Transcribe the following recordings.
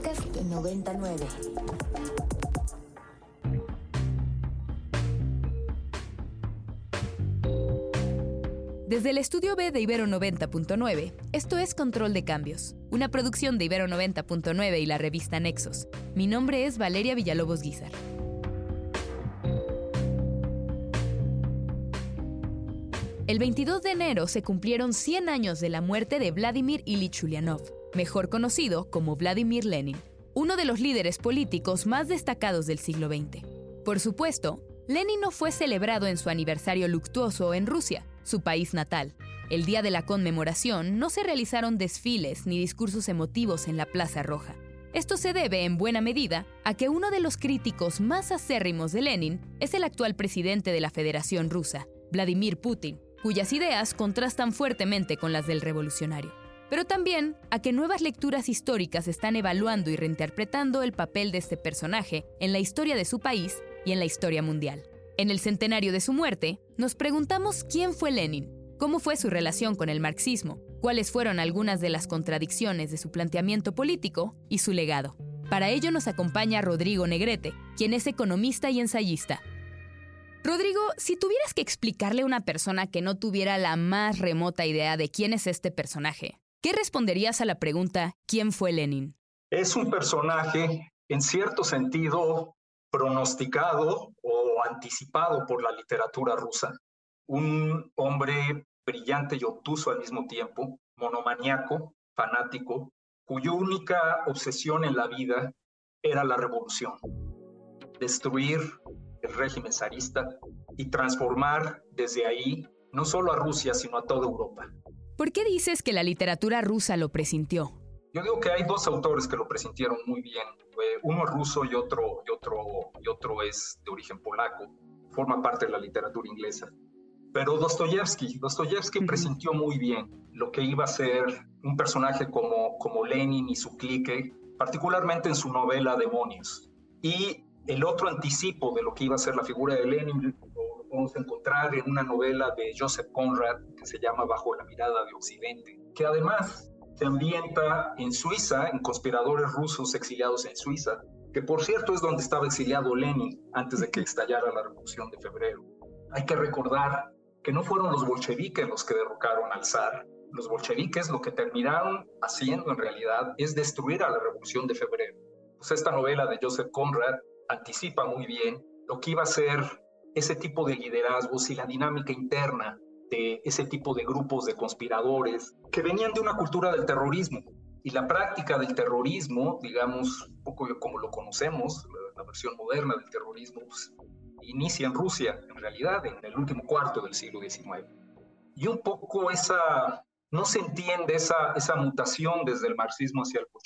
Podcast 99. Desde el estudio B de Ibero 90.9, esto es Control de Cambios, una producción de Ibero 90.9 y la revista Nexos. Mi nombre es Valeria Villalobos Guízar. El 22 de enero se cumplieron 100 años de la muerte de Vladimir Ilich Ulyanov, mejor conocido como Vladimir Lenin, uno de los líderes políticos más destacados del siglo XX. Por supuesto, Lenin no fue celebrado en su aniversario luctuoso en Rusia, su país natal. El día de la conmemoración no se realizaron desfiles ni discursos emotivos en la Plaza Roja. Esto se debe, en buena medida, a que uno de los críticos más acérrimos de Lenin es el actual presidente de la Federación Rusa, Vladimir Putin, cuyas ideas contrastan fuertemente con las del revolucionario. Pero también a que nuevas lecturas históricas están evaluando y reinterpretando el papel de este personaje en la historia de su país y en la historia mundial. En el centenario de su muerte, nos preguntamos quién fue Lenin, cómo fue su relación con el marxismo, cuáles fueron algunas de las contradicciones de su planteamiento político y su legado. Para ello nos acompaña Rodrigo Negrete, quien es economista y ensayista. Rodrigo, si tuvieras que explicarle a una persona que no tuviera la más remota idea de quién es este personaje, ¿qué responderías a la pregunta ¿quién fue Lenin? Es un personaje, en cierto sentido, pronosticado o anticipado por la literatura rusa. Un hombre brillante y obtuso al mismo tiempo, monomaníaco, fanático, cuya única obsesión en la vida era la revolución. Destruir el régimen zarista y transformar desde ahí no solo a Rusia, sino a toda Europa. ¿Por qué dices que la literatura rusa lo presintió? Yo digo que hay dos autores que lo presintieron muy bien. Uno es ruso y otro es de origen polaco. Forma parte de la literatura inglesa. Pero Dostoyevsky presintió muy bien lo que iba a ser un personaje como Lenin y su clique, particularmente en su novela Demonios. Y el otro anticipo de lo que iba a ser la figura de Lenin lo podemos encontrar en una novela de Joseph Conrad que se llama Bajo la mirada de Occidente, que además se ambienta en Suiza, en conspiradores rusos exiliados en Suiza, que por cierto es donde estaba exiliado Lenin antes de que estallara la Revolución de Febrero. Hay que recordar que no fueron los bolcheviques los que derrocaron al zar. Los bolcheviques lo que terminaron haciendo en realidad es destruir a la Revolución de Febrero. Pues esta novela de Joseph Conrad anticipa muy bien lo que iba a ser ese tipo de liderazgos y la dinámica interna de ese tipo de grupos de conspiradores que venían de una cultura del terrorismo. Y la práctica del terrorismo, digamos, un poco como lo conocemos, la versión moderna del terrorismo, pues, inicia en Rusia, en realidad, en el último cuarto del siglo XIX. Y un poco no se entiende esa mutación desde el marxismo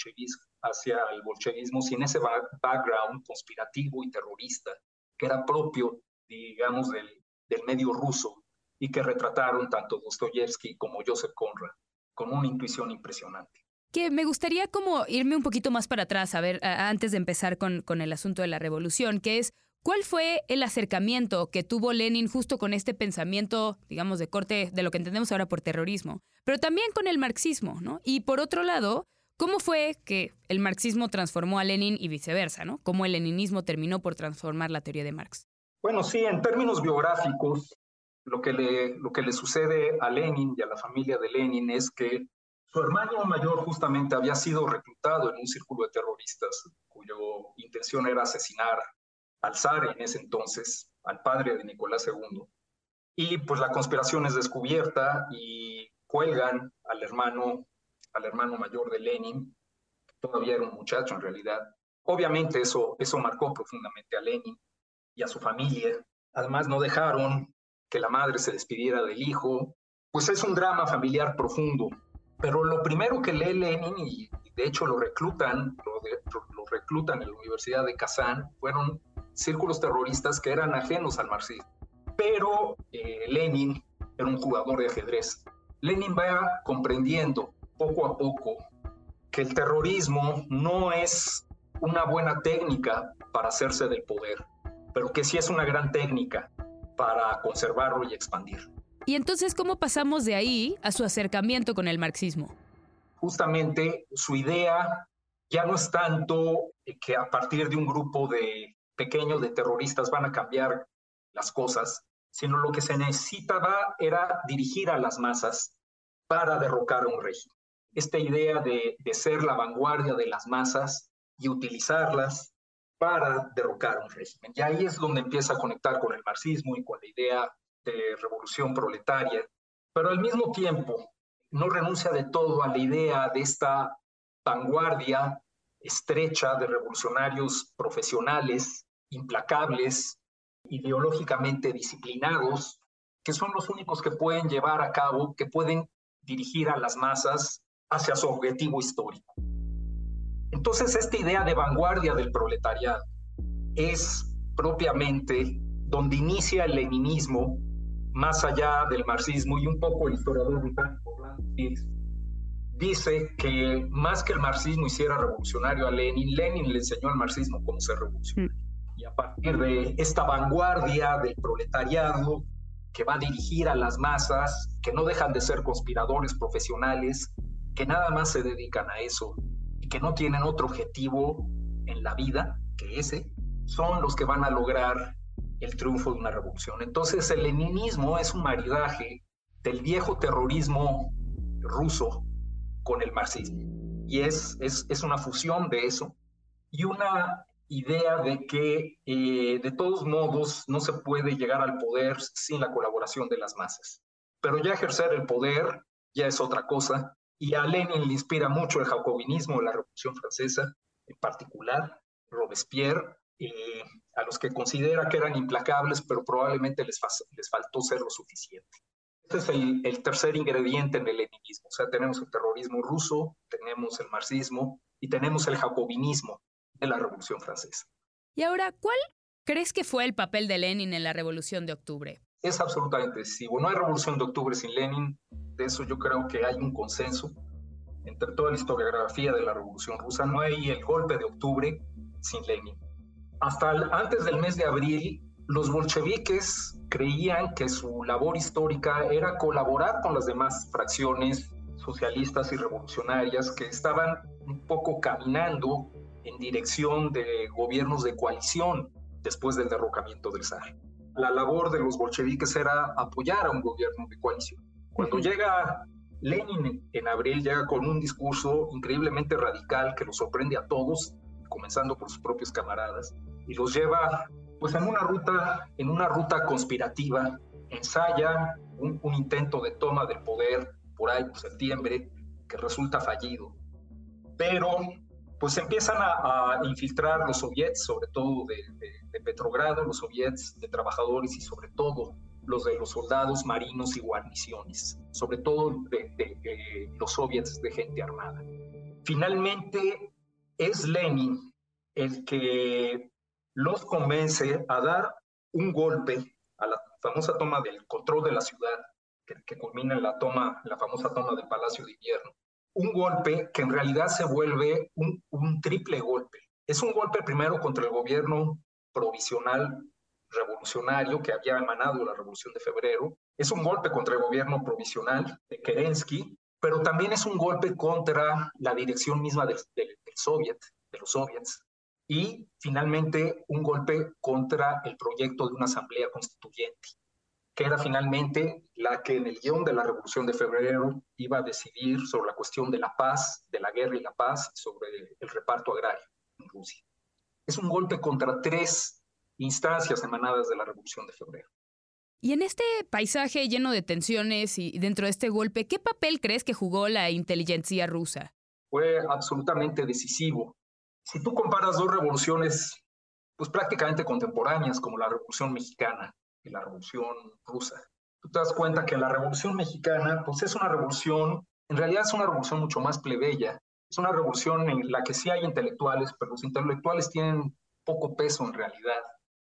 hacia el bolchevismo sin ese background conspirativo y terrorista que era propio, digamos, del medio ruso y que retrataron tanto Dostoyevsky como Joseph Conrad con una intuición impresionante. Que me gustaría como irme un poquito más para atrás, a ver, antes de empezar con el asunto de la revolución, que es ¿cuál fue el acercamiento que tuvo Lenin justo con este pensamiento, digamos, de corte de lo que entendemos ahora por terrorismo, pero también con el marxismo, ¿no? Y por otro lado, ¿cómo fue que el marxismo transformó a Lenin y viceversa, ¿no? ¿Cómo el leninismo terminó por transformar la teoría de Marx? Bueno, sí, en términos biográficos, lo que le sucede a Lenin y a la familia de Lenin es que su hermano mayor justamente había sido reclutado en un círculo de terroristas cuya intención era asesinar al zar en ese entonces, al padre de Nicolás II. Y pues la conspiración es descubierta y cuelgan al hermano mayor de Lenin, que todavía era un muchacho en realidad. Obviamente eso marcó profundamente a Lenin y a su familia. Además no dejaron que la madre se despidiera del hijo. Pues es un drama familiar profundo. Pero lo primero que lee Lenin, y de hecho lo reclutan en la Universidad de Kazán, fueron círculos terroristas que eran ajenos al marxismo. Pero Lenin era un jugador de ajedrez. Lenin va comprendiendo poco a poco que el terrorismo no es una buena técnica para hacerse del poder, pero que sí es una gran técnica para conservarlo y expandir. Y entonces, ¿cómo pasamos de ahí a su acercamiento con el marxismo? Justamente su idea ya no es tanto que a partir de un grupo pequeño de terroristas van a cambiar las cosas, sino lo que se necesitaba era dirigir a las masas para derrocar a un régimen. Esta idea de ser la vanguardia de las masas y utilizarlas para derrocar a un régimen. Y ahí es donde empieza a conectar con el marxismo y con la idea de revolución proletaria, pero al mismo tiempo no renuncia de todo a la idea de esta vanguardia estrecha de revolucionarios profesionales, implacables, ideológicamente disciplinados, que son los únicos que pueden llevar a cabo, que pueden dirigir a las masas hacia su objetivo histórico. Entonces, esta idea de vanguardia del proletariado es propiamente donde inicia el leninismo, más allá del marxismo, y un poco el historiador británico dice que más que el marxismo hiciera revolucionario a Lenin, Lenin le enseñó al marxismo cómo ser revolucionario. Y a partir de esta vanguardia del proletariado que va a dirigir a las masas, que no dejan de ser conspiradores profesionales, que nada más se dedican a eso y que no tienen otro objetivo en la vida que ese, son los que van a lograr el triunfo de una revolución. Entonces el leninismo es un maridaje del viejo terrorismo ruso con el marxismo. Y es una fusión de eso y una idea de que de todos modos no se puede llegar al poder sin la colaboración de las masas. Pero ya ejercer el poder ya es otra cosa, y a Lenin le inspira mucho el jacobinismo de la Revolución Francesa, en particular Robespierre, a los que considera que eran implacables, pero probablemente les faltó ser lo suficiente. Este es el tercer ingrediente en el leninismo. O sea, tenemos el terrorismo ruso, tenemos el marxismo y tenemos el jacobinismo de la Revolución Francesa. Y ahora, ¿cuál crees que fue el papel de Lenin en la Revolución de Octubre? Es absolutamente decisivo. No hay Revolución de Octubre sin Lenin. De eso yo creo que hay un consenso entre toda la historiografía de la Revolución Rusa. No hay el golpe de octubre sin Lenin. Hasta antes del mes de abril, los bolcheviques creían que su labor histórica era colaborar con las demás fracciones socialistas y revolucionarias que estaban un poco caminando en dirección de gobiernos de coalición después del derrocamiento del zar. La labor de los bolcheviques era apoyar a un gobierno de coalición. Cuando llega Lenin en abril, llega con un discurso increíblemente radical que los sorprende a todos, comenzando por sus propios camaradas, y los lleva pues en una ruta conspirativa. Ensaya un intento de toma del poder por ahí por septiembre, que resulta fallido. Pero pues empiezan a infiltrar los soviets, sobre todo de Petrogrado, los soviets de trabajadores y sobre todo los de los soldados, marinos y guarniciones, sobre todo de los soviets de gente armada. Finalmente es Lenin el que los convence a dar un golpe a la famosa toma del control de la ciudad, que culmina en la famosa toma del Palacio de Invierno. Un golpe que en realidad se vuelve un triple golpe. Es un golpe primero contra el gobierno provisional revolucionario que había emanado la Revolución de Febrero. Es un golpe contra el gobierno provisional de Kerensky, pero también es un golpe contra la dirección misma del Soviet, de los soviets. Y finalmente un golpe contra el proyecto de una asamblea constituyente, que era finalmente la que en el guión de la Revolución de Febrero iba a decidir sobre la cuestión de la paz, de la guerra y la paz, sobre el reparto agrario en Rusia. Es un golpe contra 3 instancias emanadas de la Revolución de Febrero. Y en este paisaje lleno de tensiones y dentro de este golpe, ¿qué papel crees que jugó la inteligencia rusa? Fue absolutamente decisivo. Si tú comparas 2 revoluciones pues prácticamente contemporáneas, como la Revolución Mexicana y la Revolución Rusa, tú te das cuenta que la Revolución Mexicana pues es una revolución, en realidad es una revolución mucho más plebeya. Es una revolución en la que sí hay intelectuales, pero los intelectuales tienen poco peso en realidad.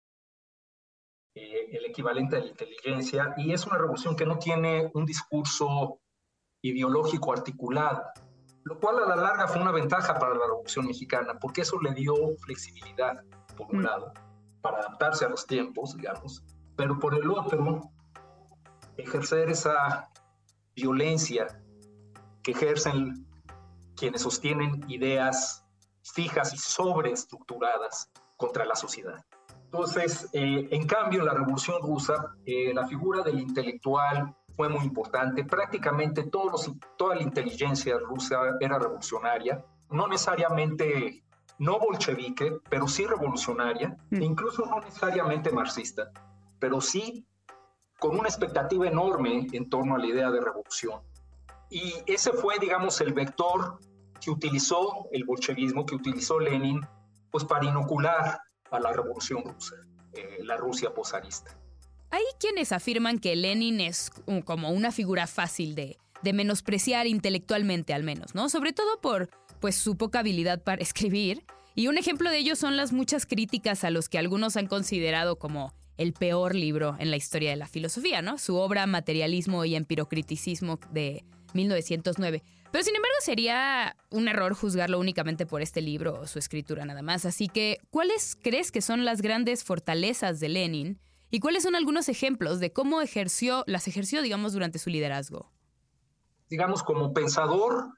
El equivalente a la inteligencia, y es una revolución que no tiene un discurso ideológico articulado, lo cual a la larga fue una ventaja para la Revolución Mexicana, porque eso le dio flexibilidad, por un lado, para adaptarse a los tiempos, digamos, pero por el otro, ejercer esa violencia que ejercen quienes sostienen ideas fijas y sobreestructuradas contra la sociedad. Entonces, en cambio, en la Revolución Rusa, la figura del intelectual fue muy importante. Prácticamente toda la inteligencia rusa era revolucionaria, no necesariamente no bolchevique, pero sí revolucionaria, e incluso no necesariamente marxista, pero sí con una expectativa enorme en torno a la idea de revolución. Y ese fue, digamos, el vector que utilizó el bolchevismo, que utilizó Lenin, pues para inocular a la revolución rusa, la Rusia posarista. Hay quienes afirman que Lenin es como una figura fácil de menospreciar intelectualmente, al menos, ¿no? Sobre todo por pues, su poca habilidad para escribir. Y un ejemplo de ello son las muchas críticas a los que algunos han considerado como el peor libro en la historia de la filosofía, ¿no? Su obra Materialismo y Empirocriticismo de 1909. Pero sin embargo sería un error juzgarlo únicamente por este libro o su escritura nada más. Así que, ¿cuáles crees que son las grandes fortalezas de Lenin? ¿Y cuáles son algunos ejemplos de cómo las ejerció, digamos, durante su liderazgo? Digamos, como pensador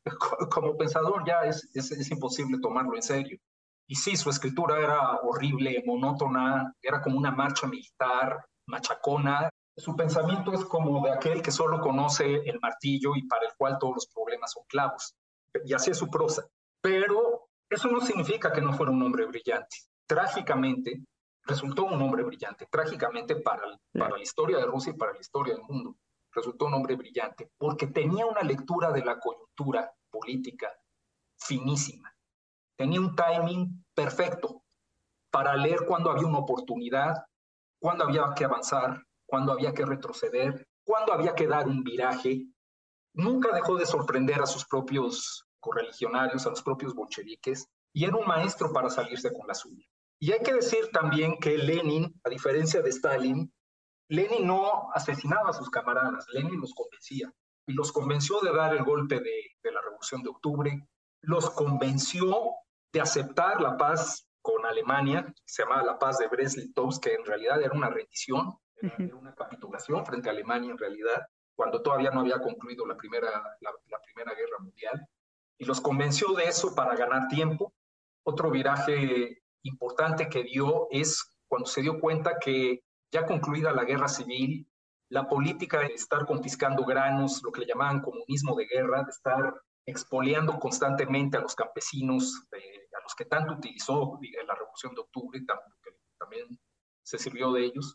ya es imposible tomarlo en serio. Y sí, su escritura era horrible, monótona, era como una marcha militar, machacona. Su pensamiento es como de aquel que solo conoce el martillo y para el cual todos los problemas son clavos. Y así es su prosa. Pero eso no significa que no fuera un hombre brillante. Trágicamente, resultó un hombre brillante. Trágicamente para la historia de Rusia y para la historia del mundo. Resultó un hombre brillante porque tenía una lectura de la coyuntura política finísima. Tenía un timing perfecto para leer cuándo había una oportunidad, cuándo había que avanzar, cuándo había que retroceder, cuándo había que dar un viraje. Nunca dejó de sorprender a sus propios correligionarios, a los propios bolcheviques, y era un maestro para salirse con la suya. Y hay que decir también que Lenin, a diferencia de Stalin, Lenin no asesinaba a sus camaradas, Lenin los convencía. Y los convenció de dar el golpe de la Revolución de Octubre, los convenció de aceptar la paz con Alemania, que se llamaba la paz de Brest-Litovsk, que en realidad era una rendición, era una capitulación frente a Alemania en realidad, cuando todavía no había concluido la primera Guerra Mundial, y los convenció de eso para ganar tiempo. Otro viraje importante que dio es cuando se dio cuenta que ya concluida la guerra civil, la política de estar confiscando granos, lo que le llamaban comunismo de guerra, de estar expoliando constantemente a los campesinos, a los que tanto utilizó la Revolución de Octubre, que también se sirvió de ellos.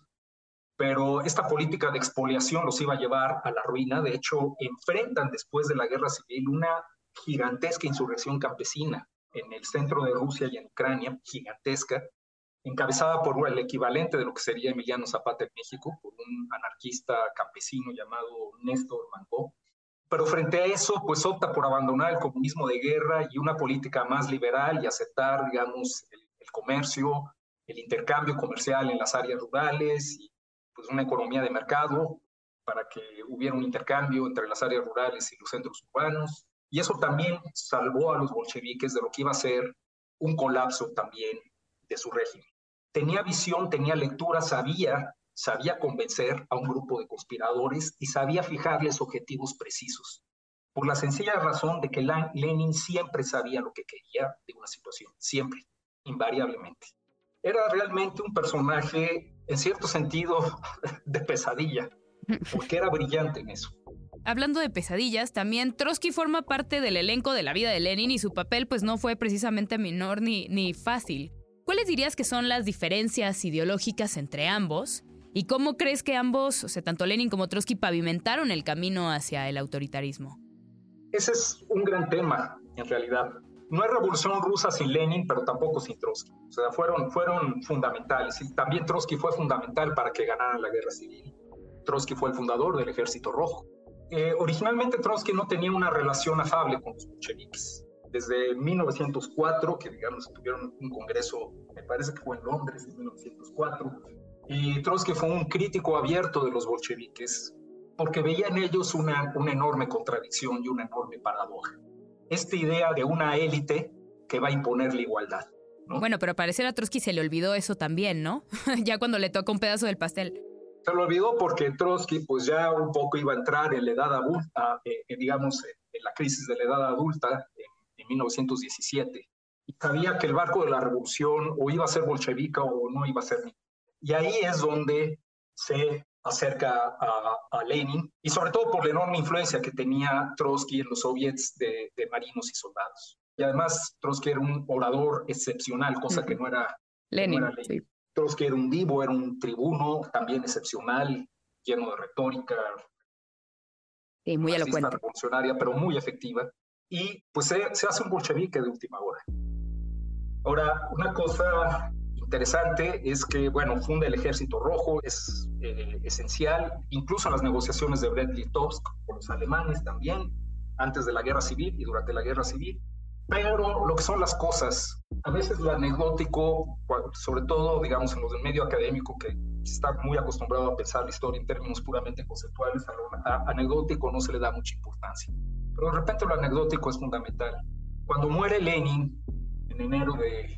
Pero esta política de expoliación los iba a llevar a la ruina. De hecho, enfrentan después de la guerra civil una gigantesca insurrección campesina en el centro de Rusia y en Ucrania, gigantesca, encabezada por el equivalente de lo que sería Emiliano Zapata en México, por un anarquista campesino llamado Néstor Mangó. Pero frente a eso, pues opta por abandonar el comunismo de guerra y una política más liberal y aceptar, digamos, el comercio, el intercambio comercial en las áreas rurales y pues una economía de mercado para que hubiera un intercambio entre las áreas rurales y los centros urbanos. Y eso también salvó a los bolcheviques de lo que iba a ser un colapso también de su régimen. Tenía visión, tenía lectura, sabía convencer a un grupo de conspiradores y sabía fijarles objetivos precisos, por la sencilla razón de que Lenin siempre sabía lo que quería de una situación, siempre, invariablemente. Era realmente un personaje, en cierto sentido, de pesadilla, porque era brillante en eso. Hablando de pesadillas, también Trotsky forma parte del elenco de la vida de Lenin y su papel pues no fue precisamente menor ni fácil. ¿Cuáles dirías que son las diferencias ideológicas entre ambos? ¿Y cómo crees que ambos, o sea, tanto Lenin como Trotsky, pavimentaron el camino hacia el autoritarismo? Ese es un gran tema, en realidad. No hay revolución rusa sin Lenin, pero tampoco sin Trotsky. O sea, fueron fundamentales. Y también Trotsky fue fundamental para que ganaran la guerra civil. Trotsky fue el fundador del Ejército Rojo. Originalmente Trotsky no tenía una relación afable con los bolcheviques. Desde 1904, que digamos tuvieron un congreso, me parece que fue en Londres en 1904, y Trotsky fue un crítico abierto de los bolcheviques porque veía en ellos una enorme contradicción y una enorme paradoja. Esta idea de una élite que va a imponer la igualdad, ¿no? Bueno, pero al parecer a Trotsky se le olvidó eso también, ¿no? Ya cuando le toca un pedazo del pastel. Se lo olvidó porque Trotsky pues ya un poco iba a entrar en la edad adulta, digamos, en la crisis de la edad adulta en 1917. y sabía que el barco de la revolución o iba a ser bolchevica o no iba a ser. Y ahí es donde se acerca a Lenin, y sobre todo por la enorme influencia que tenía Trotsky en los soviets de marinos y soldados. Y además Trotsky era un orador excepcional, cosa que no era Lenin. Sí. Trotsky era un divo, era un tribuno también excepcional, lleno de retórica. Sí, muy elocuente. Revolucionaria, pero muy efectiva. Y pues se hace un bolchevique de última hora. Ahora, una cosa interesante es que, bueno, funda el Ejército Rojo, es esencial, incluso en las negociaciones de Brest-Litovsk con los alemanes también, antes de la Guerra Civil y durante la Guerra Civil. Pero lo que son las cosas, a veces lo anecdótico, sobre todo, digamos, en los del medio académico, que está muy acostumbrado a pensar la historia en términos puramente conceptuales, a lo anecdótico no se le da mucha importancia. Pero de repente lo anecdótico es fundamental. Cuando muere Lenin, en enero de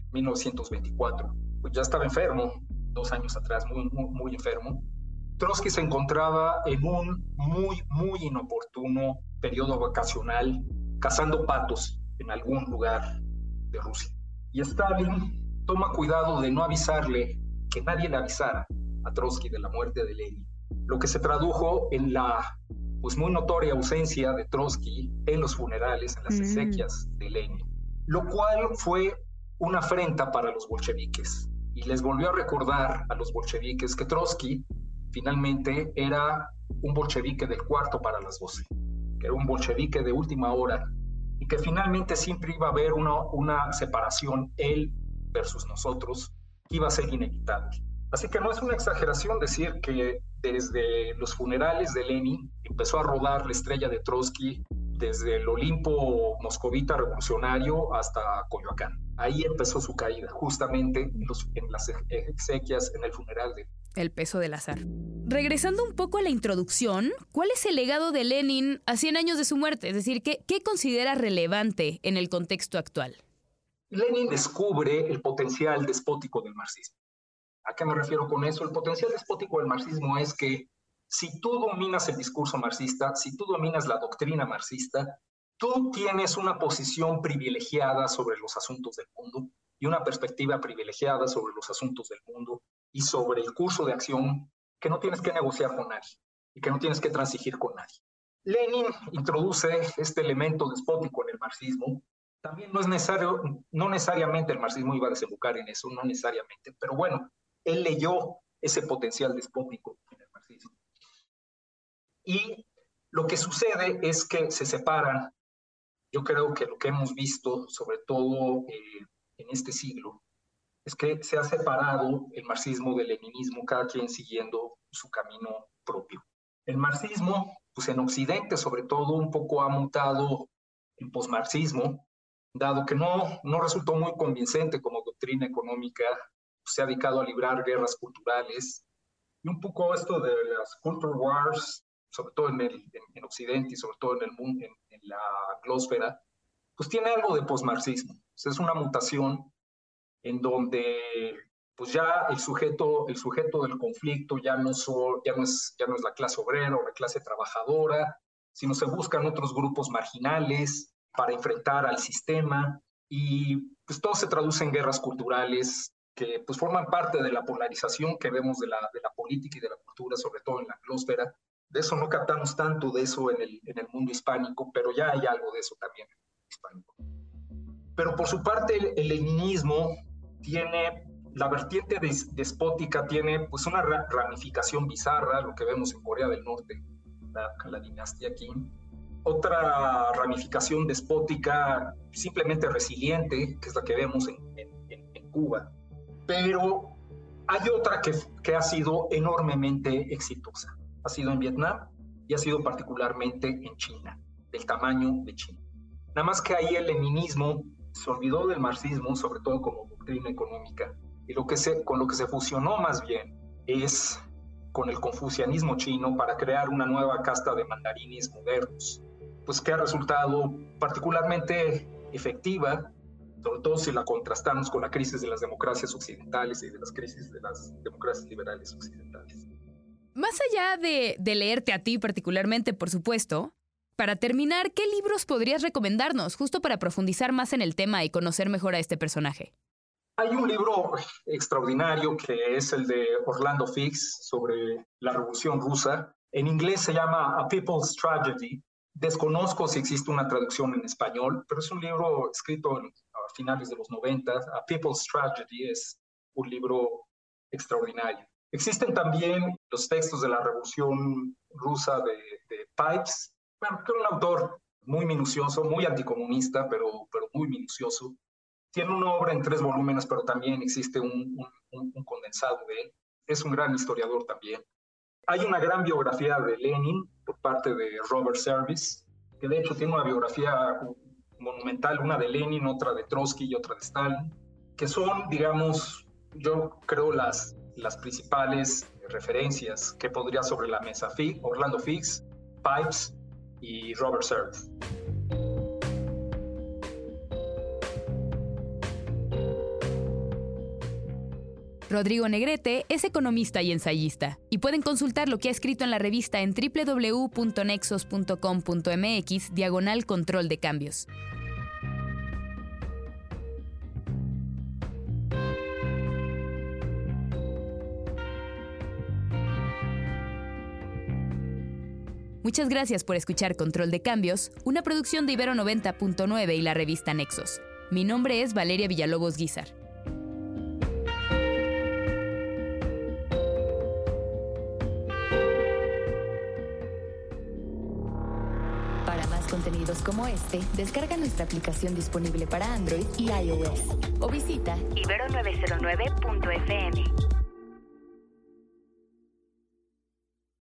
1924, pues ya estaba enfermo, 2 años atrás, muy enfermo. Trotsky se encontraba en un muy inoportuno periodo vacacional cazando patos en algún lugar de Rusia. Y Stalin toma cuidado de no avisarle, que nadie le avisara a Trotsky de la muerte de Lenin, lo que se tradujo en la pues muy notoria ausencia de Trotsky en los funerales, en las exequias de Lenin, lo cual fue una afrenta para los bolcheviques y les volvió a recordar a los bolcheviques que Trotsky finalmente era un bolchevique del cuarto para las 12, que era un bolchevique de última hora y que finalmente siempre iba a haber una separación, él versus nosotros, que iba a ser inevitable. Así que no es una exageración decir que desde los funerales de Lenin empezó a rodar la estrella de Trotsky desde el Olimpo moscovita revolucionario hasta Coyoacán. Ahí empezó su caída, justamente en las exequias, en el funeral de... El peso del azar. Regresando un poco a la introducción, ¿cuál es el legado de Lenin a 100 años de su muerte? Es decir, ¿qué considera relevante en el contexto actual? Lenin descubre el potencial despótico del marxismo. ¿A qué me refiero con eso? El potencial despótico del marxismo es que si tú dominas el discurso marxista, si tú dominas la doctrina marxista, tú tienes una posición privilegiada sobre los asuntos del mundo y una perspectiva privilegiada sobre los asuntos del mundo y sobre el curso de acción que no tienes que negociar con nadie y que no tienes que transigir con nadie. Lenin introduce este elemento despótico en el marxismo. También no necesariamente el marxismo iba a desembocar en eso, no necesariamente, pero bueno, él leyó ese potencial despótico en el marxismo. Y lo que sucede es que se separan. Yo creo que lo que hemos visto, sobre todo en este siglo, es que se ha separado el marxismo del leninismo, cada quien siguiendo su camino propio. El marxismo, pues en Occidente sobre todo, un poco ha mutado en posmarxismo, dado que no resultó muy convincente como doctrina económica, pues se ha dedicado a librar guerras culturales, y un poco esto de las culture wars, sobre todo en Occidente y sobre todo en el mundo, en la glósfera, pues tiene algo de posmarxismo. O sea, es una mutación en donde pues ya el sujeto del conflicto ya no es la clase obrera o la clase trabajadora, sino se buscan otros grupos marginales para enfrentar al sistema, y pues todo se traduce en guerras culturales que pues forman parte de la polarización que vemos de la política y de la cultura, sobre todo en la glósfera. De eso no captamos tanto de eso en el mundo hispánico, pero ya hay algo de eso también en el mundo hispánico. Pero por su parte el leninismo tiene, la vertiente despótica tiene pues una ramificación bizarra, lo que vemos en Corea del Norte, la dinastía Kim. Otra ramificación despótica simplemente resiliente, que es la que vemos en Cuba. Pero hay otra que ha sido enormemente exitosa. Ha sido en Vietnam y ha sido particularmente en China, del tamaño de China. Nada más que ahí el leninismo se olvidó del marxismo, sobre todo como doctrina económica, y con lo que se fusionó más bien es con el confucianismo chino para crear una nueva casta de mandarines modernos, pues que ha resultado particularmente efectiva, sobre todo si la contrastamos con la crisis de las democracias occidentales y de las crisis de las democracias liberales occidentales. Más allá de leerte a ti particularmente, por supuesto, Para terminar, ¿qué libros podrías recomendarnos justo para profundizar más en el tema y conocer mejor a este personaje? Hay un libro extraordinario que es el de Orlando Figes sobre la Revolución Rusa. En inglés se llama A People's Tragedy. Desconozco si existe una traducción en español, pero es un libro escrito a finales de los 90. A People's Tragedy es un libro extraordinario. Existen también los textos de la Revolución Rusa de Pipes. Bueno, que era un autor muy minucioso, muy anticomunista, pero muy minucioso. Tiene una obra en 3 volúmenes, pero también existe un condensado de él. Es un gran historiador también. Hay una gran biografía de Lenin por parte de Robert Service, que de hecho tiene una biografía monumental, una de Lenin, otra de Trotsky y otra de Stalin, que son, digamos, yo creo las principales referencias que podría sobre la mesa. Orlando Figes, Pipes y Robert Service. Rodrigo Negrete es economista y ensayista, y pueden consultar lo que ha escrito en la revista en www.nexos.com.mx/control de cambios. Muchas gracias por escuchar Control de Cambios, una producción de Ibero 90.9 y la revista Nexos. Mi nombre es Valeria Villalobos Guízar. Para más contenidos como este, descarga nuestra aplicación disponible para Android y iOS o visita ibero909.fm.